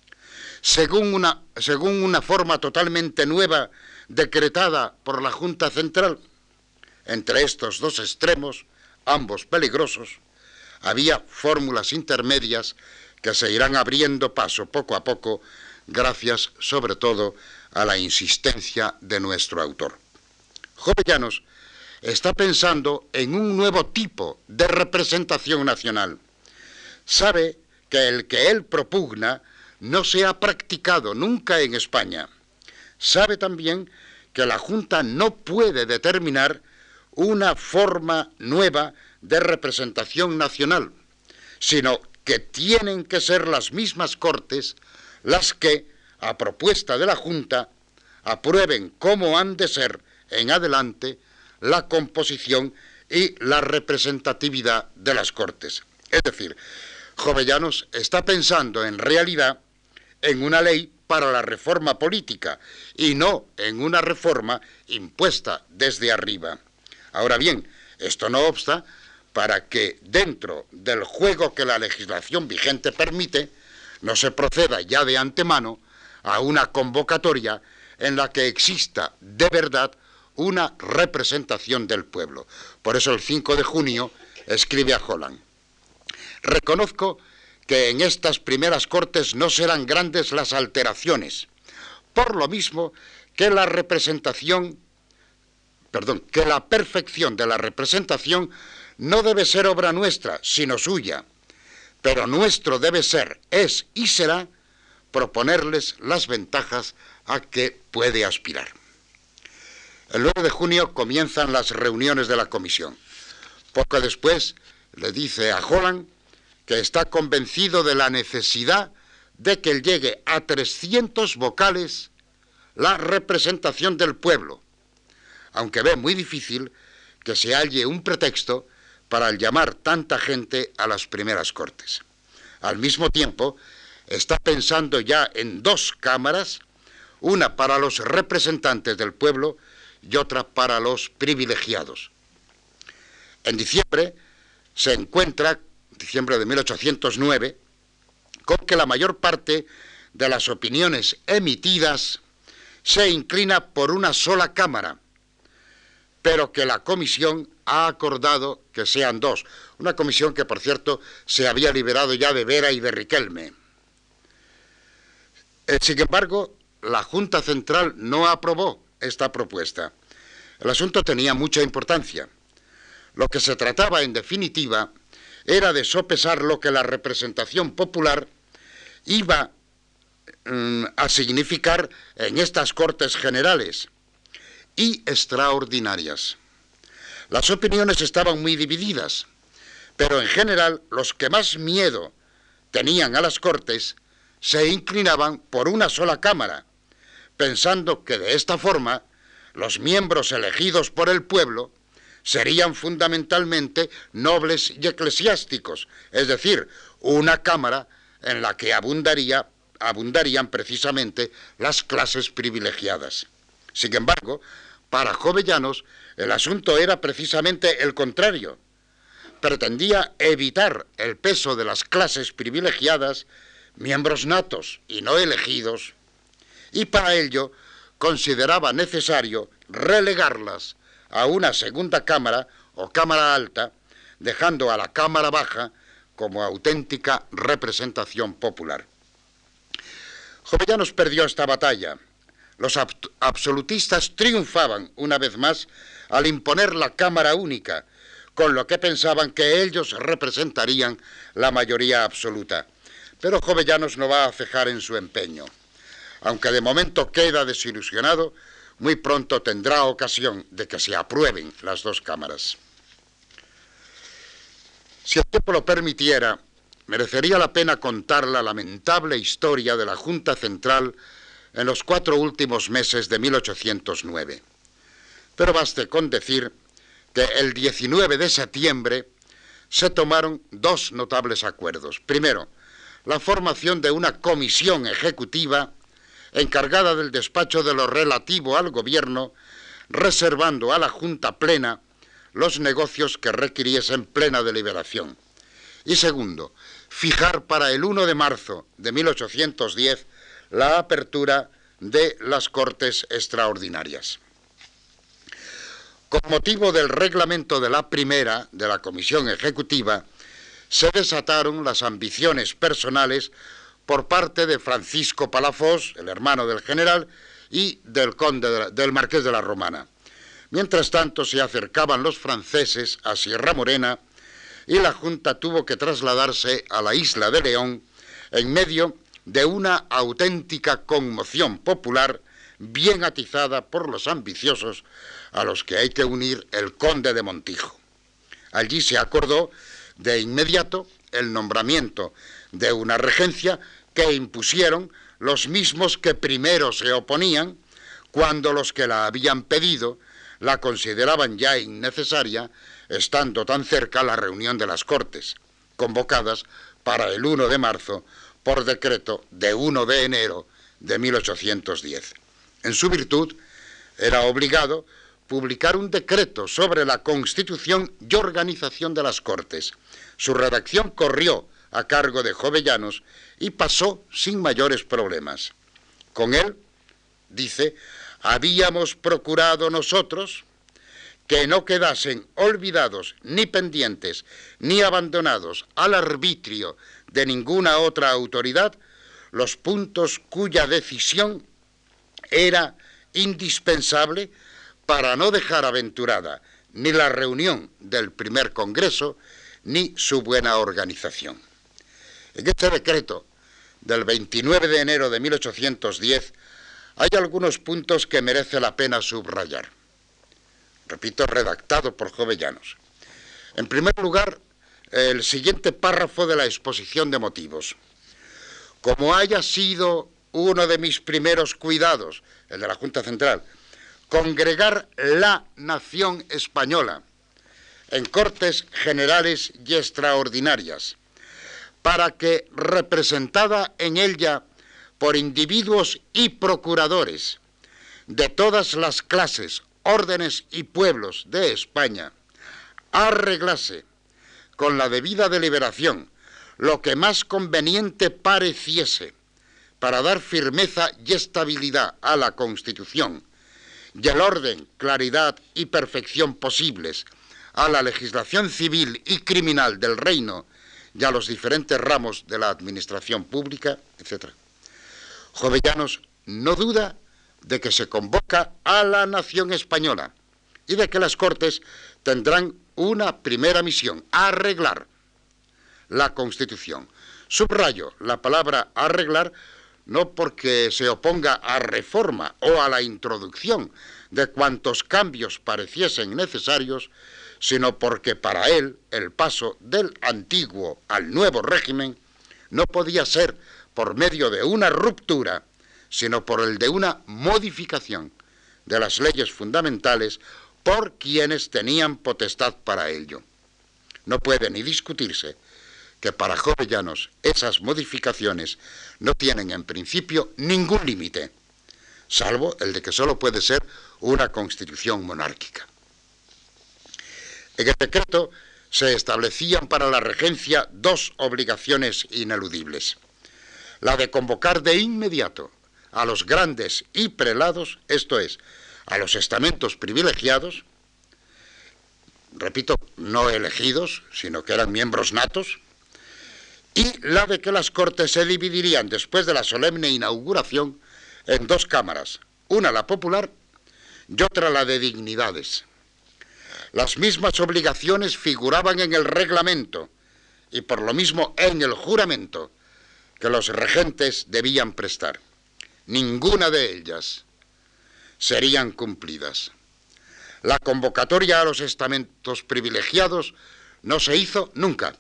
según una, según una forma totalmente nueva decretada por la Junta Central. Entre estos dos extremos, ambos peligrosos, había fórmulas intermedias que se irán abriendo paso poco a poco, gracias sobre todo a la insistencia de nuestro autor. Jovellanos está pensando en un nuevo tipo de representación nacional. Sabe que el que él propugna no se ha practicado nunca en España. Sabe también que la Junta no puede determinar una forma nueva de representación nacional, sino que tienen que ser las mismas Cortes las que, a propuesta de la Junta, aprueben cómo han de ser en adelante la composición y la representatividad de las Cortes. Es decir, Jovellanos está pensando en realidad en una ley para la reforma política y no en una reforma impuesta desde arriba. Ahora bien, esto no obsta para que dentro del juego que la legislación vigente permite, no se proceda ya de antemano a una convocatoria en la que exista de verdad una representación del pueblo. Por eso el cinco de junio escribe a Holland: reconozco que en estas primeras Cortes no serán grandes las alteraciones, por lo mismo que la representación, perdón, que la perfección de la representación no debe ser obra nuestra, sino suya, pero nuestro debe ser, es y será proponerles las ventajas a que puede aspirar. El nueve de junio comienzan las reuniones de la comisión. Poco después le dice a Holland que está convencido de la necesidad de que llegue a trescientos vocales la representación del pueblo, aunque ve muy difícil que se halle un pretexto para llamar tanta gente a las primeras Cortes. Al mismo tiempo, está pensando ya en dos cámaras, una para los representantes del pueblo y otra para los privilegiados. En diciembre se encuentra, diciembre de mil ochocientos nueve, con que la mayor parte de las opiniones emitidas se inclina por una sola cámara, pero que la comisión ha acordado que sean dos. Una comisión que, por cierto, se había liberado ya de Vera y de Riquelme. Eh, sin embargo, la Junta Central no aprobó esta propuesta. El asunto tenía mucha importancia. Lo que se trataba, en definitiva, era de sopesar lo que la representación popular iba mm, a significar en estas Cortes Generales y extraordinarias. Las opiniones estaban muy divididas, pero en general los que más miedo tenían a las Cortes se inclinaban por una sola Cámara, pensando que de esta forma los miembros elegidos por el pueblo serían fundamentalmente nobles y eclesiásticos, es decir, una Cámara en la que abundaría, abundarían precisamente las clases privilegiadas. Sin embargo, para Jovellanos el asunto era precisamente el contrario. Pretendía evitar el peso de las clases privilegiadas, miembros natos y no elegidos, y para ello consideraba necesario relegarlas a una segunda cámara o cámara alta, dejando a la cámara baja como auténtica representación popular. Jovellanos perdió esta batalla. Los absolutistas triunfaban una vez más al imponer la cámara única, con lo que pensaban que ellos representarían la mayoría absoluta. Pero Jovellanos no va a cejar en su empeño. Aunque de momento queda desilusionado, muy pronto tendrá ocasión de que se aprueben las dos cámaras. Si el tiempo lo permitiera, merecería la pena contar la lamentable historia de la Junta Central en los cuatro últimos meses de mil ochocientos nueve. Pero baste con decir que el diecinueve de septiembre se tomaron dos notables acuerdos. Primero, la formación de una comisión ejecutiva encargada del despacho de lo relativo al gobierno, reservando a la Junta Plena los negocios que requiriesen plena deliberación. Y segundo, fijar para el uno de marzo de mil ochocientos diez la apertura de las Cortes Extraordinarias. Con motivo del reglamento de la primera, de la Comisión Ejecutiva, se desataron las ambiciones personales por parte de Francisco Palafox, el hermano del general, y del conde de la, del marqués de la Romana. Mientras tanto, se acercaban los franceses a Sierra Morena y la Junta tuvo que trasladarse a la isla de León en medio de una auténtica conmoción popular bien atizada por los ambiciosos a los que hay que unir el conde de Montijo. Allí se acordó de inmediato el nombramiento de una regencia que impusieron los mismos que primero se oponían, cuando los que la habían pedido la consideraban ya innecesaria, estando tan cerca la reunión de las Cortes, convocadas para el uno de marzo por decreto de uno de enero de mil ochocientos diez. En su virtud, era obligado publicar un decreto sobre la constitución y organización de las Cortes. Su redacción corrió a cargo de Jovellanos y pasó sin mayores problemas. Con él, dice, habíamos procurado nosotros que no quedasen olvidados ni pendientes ni abandonados al arbitrio de ninguna otra autoridad los puntos cuya decisión era indispensable para no dejar aventurada ni la reunión del primer Congreso ni su buena organización. En este decreto del veintinueve de enero de mil ochocientos diez hay algunos puntos que merece la pena subrayar. Repito, redactado por Jovellanos. En primer lugar, el siguiente párrafo de la exposición de motivos. Como haya sido uno de mis primeros cuidados, el de la Junta Central, congregar la nación española en Cortes Generales y Extraordinarias, para que, representada en ella por individuos y procuradores de todas las clases, órdenes y pueblos de España, arreglase con la debida deliberación lo que más conveniente pareciese para dar firmeza y estabilidad a la Constitución y el orden, claridad y perfección posibles a la legislación civil y criminal del reino y a los diferentes ramos de la administración pública, etcétera. Jovellanos no duda de que se convoca a la nación española y de que las Cortes tendrán una primera misión: arreglar la Constitución. Subrayo la palabra arreglar no porque se oponga a reforma o a la introducción de cuantos cambios pareciesen necesarios, sino porque para él el paso del antiguo al nuevo régimen no podía ser por medio de una ruptura, sino por el de una modificación de las leyes fundamentales por quienes tenían potestad para ello. No puede ni discutirse que para Jovellanos esas modificaciones no tienen en principio ningún límite, salvo el de que solo puede ser una constitución monárquica. En el decreto se establecían para la regencia dos obligaciones ineludibles: la de convocar de inmediato a los grandes y prelados, esto es, a los estamentos privilegiados, repito, no elegidos, sino que eran miembros natos, y la de que las Cortes se dividirían después de la solemne inauguración en dos cámaras, una la popular y otra la de dignidades. Las mismas obligaciones figuraban en el reglamento y por lo mismo en el juramento que los regentes debían prestar. Ninguna de ellas serían cumplidas. La convocatoria a los estamentos privilegiados no se hizo nunca.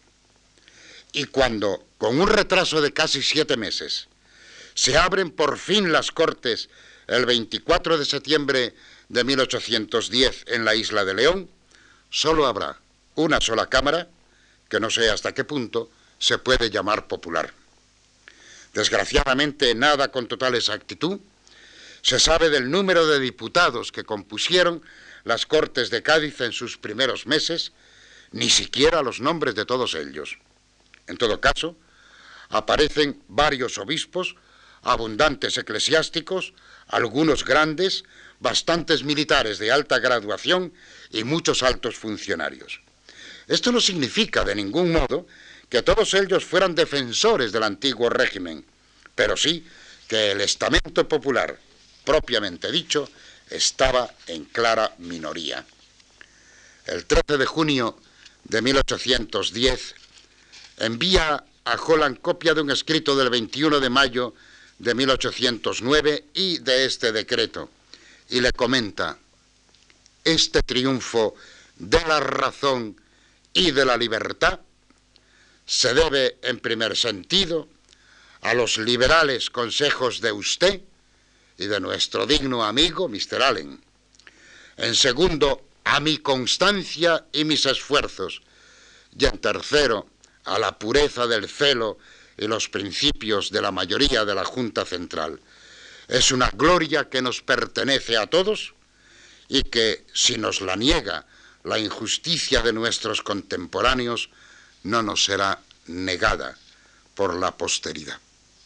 Y cuando, con un retraso de casi siete meses, se abren por fin las Cortes el veinticuatro de septiembre de mil ochocientos diez en la isla de León, solo habrá una sola Cámara, que no sé hasta qué punto se puede llamar popular. Desgraciadamente, nada con total exactitud se sabe del número de diputados que compusieron las Cortes de Cádiz en sus primeros meses, ni siquiera los nombres de todos ellos. En todo caso, aparecen varios obispos, abundantes eclesiásticos, algunos grandes, bastantes militares de alta graduación y muchos altos funcionarios. Esto no significa de ningún modo que todos ellos fueran defensores del antiguo régimen, pero sí que el estamento popular, propiamente dicho, estaba en clara minoría. El trece de junio de mil ochocientos diez envía a Holland copia de un escrito del veintiuno de mayo de mil ochocientos nueve y de este decreto, y le comenta: este triunfo de la razón y de la libertad se debe, en primer sentido, a los liberales consejos de usted y de nuestro digno amigo mister Allen. En segundo, a mi constancia y mis esfuerzos. Y en tercero, a la pureza del celo y los principios de la mayoría de la Junta Central. Es una gloria que nos pertenece a todos y que, si nos la niega la injusticia de nuestros contemporáneos, no nos será negada por la posteridad.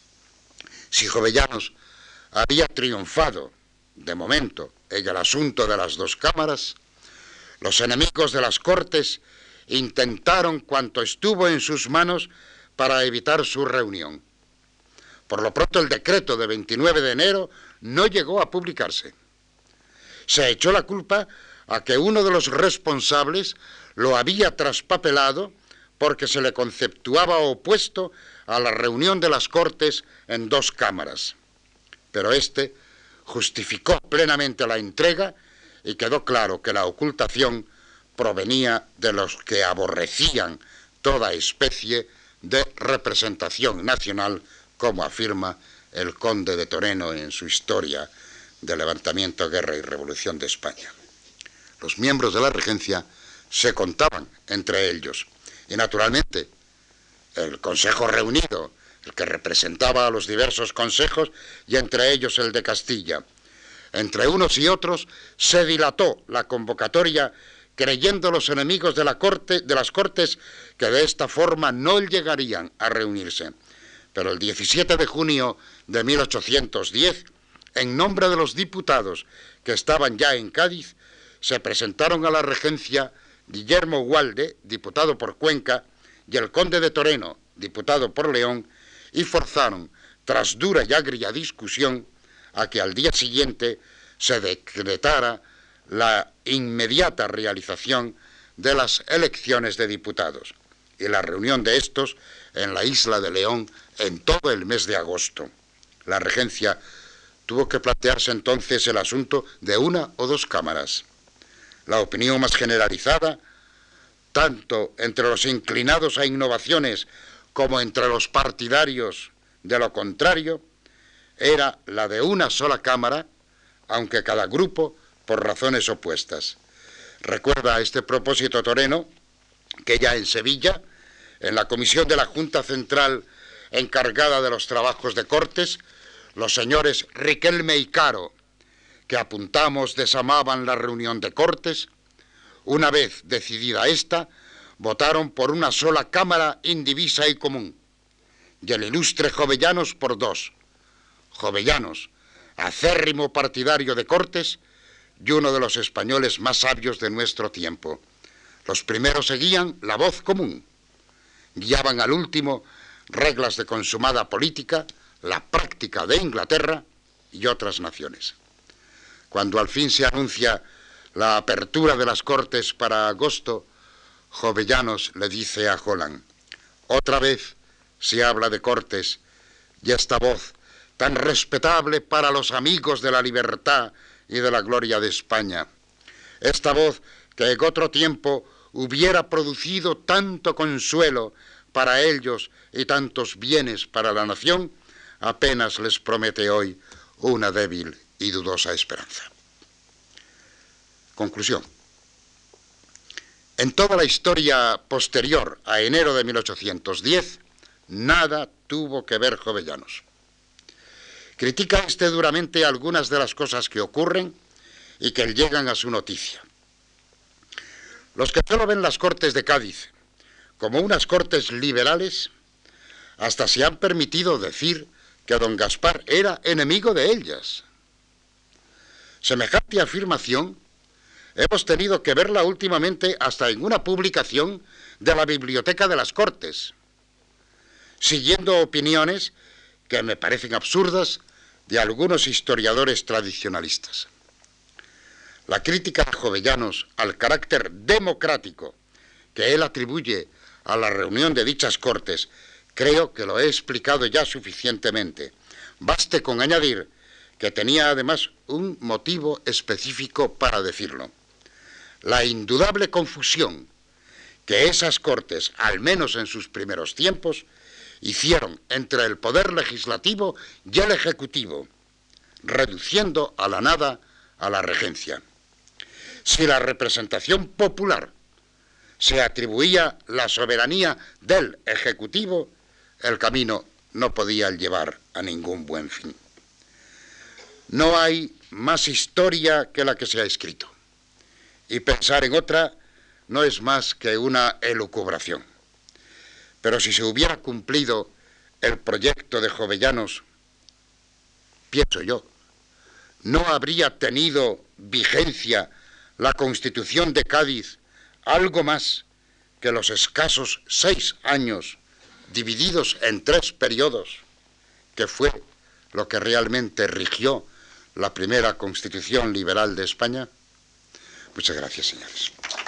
Si Jovellanos había triunfado, de momento, en el asunto de las dos cámaras, los enemigos de las Cortes intentaron cuanto estuvo en sus manos para evitar su reunión. Por lo pronto, el decreto de veintinueve de enero no llegó a publicarse. Se echó la culpa a que uno de los responsables lo había traspapelado porque se le conceptuaba opuesto a la reunión de las Cortes en dos cámaras. Pero este justificó plenamente la entrega y quedó claro que la ocultación provenía de los que aborrecían toda especie de representación nacional, como afirma el conde de Toreno en su historia de levantamiento, guerra y revolución de España. Los miembros de la regencia se contaban entre ellos y, naturalmente, el Consejo Reunido, el que representaba a los diversos consejos, y entre ellos el de Castilla. Entre unos y otros se dilató la convocatoria, creyendo los enemigos de, la corte, de las Cortes que de esta forma no llegarían a reunirse. Pero el diecisiete de junio de mil ochocientos diez, en nombre de los diputados que estaban ya en Cádiz, se presentaron a la regencia Guillermo Gualde, diputado por Cuenca, y el conde de Toreno, diputado por León, y forzaron, tras dura y agria discusión, a que al día siguiente se decretara la inmediata realización de las elecciones de diputados y la reunión de estos en la isla de León en todo el mes de agosto. La regencia tuvo que plantearse entonces el asunto de una o dos cámaras. La opinión más generalizada, tanto entre los inclinados a innovaciones como entre los partidarios de lo contrario, era la de una sola cámara, aunque cada grupo por razones opuestas. Recuerda a este propósito Toreno que ya en Sevilla, en la comisión de la Junta Central encargada de los trabajos de Cortes, los señores Riquelme y Caro, que apuntamos desamaban la reunión de Cortes, una vez decidida esta, votaron por una sola cámara indivisa y común, y el ilustre Jovellanos por dos. Jovellanos, acérrimo partidario de Cortes y uno de los españoles más sabios de nuestro tiempo. Los primeros seguían la voz común, guiaban al último reglas de consumada política, la práctica de Inglaterra y otras naciones. Cuando al fin se anuncia la apertura de las Cortes para agosto, Jovellanos le dice a Holland: otra vez se habla de Cortes, y esta voz, tan respetable para los amigos de la libertad y de la gloria de España, esta voz que en otro tiempo hubiera producido tanto consuelo para ellos y tantos bienes para la nación, apenas les promete hoy una débil y dudosa esperanza. Conclusión. En toda la historia posterior a enero de mil ochocientos diez, nada tuvo que ver Jovellanos. Critica este duramente algunas de las cosas que ocurren y que llegan a su noticia. Los que solo ven las Cortes de Cádiz como unas Cortes liberales, hasta se han permitido decir que don Gaspar era enemigo de ellas. Semejante afirmación hemos tenido que verla últimamente hasta en una publicación de la Biblioteca de las Cortes, siguiendo opiniones que me parecen absurdas de algunos historiadores tradicionalistas. La crítica de Jovellanos al carácter democrático que él atribuye a la reunión de dichas Cortes, creo que lo he explicado ya suficientemente. Baste con añadir que tenía además un motivo específico para decirlo: la indudable confusión que esas Cortes, al menos en sus primeros tiempos, hicieron entre el poder legislativo y el ejecutivo, reduciendo a la nada a la regencia. Si la representación popular se atribuía la soberanía del ejecutivo, el camino no podía llevar a ningún buen fin. No hay más historia que la que se ha escrito, y pensar en otra no es más que una elucubración. Pero si se hubiera cumplido el proyecto de Jovellanos, pienso yo, no habría tenido vigencia la Constitución de Cádiz algo más que los escasos seis años divididos en tres periodos, que fue lo que realmente rigió la primera Constitución liberal de España. Muchas gracias, señores.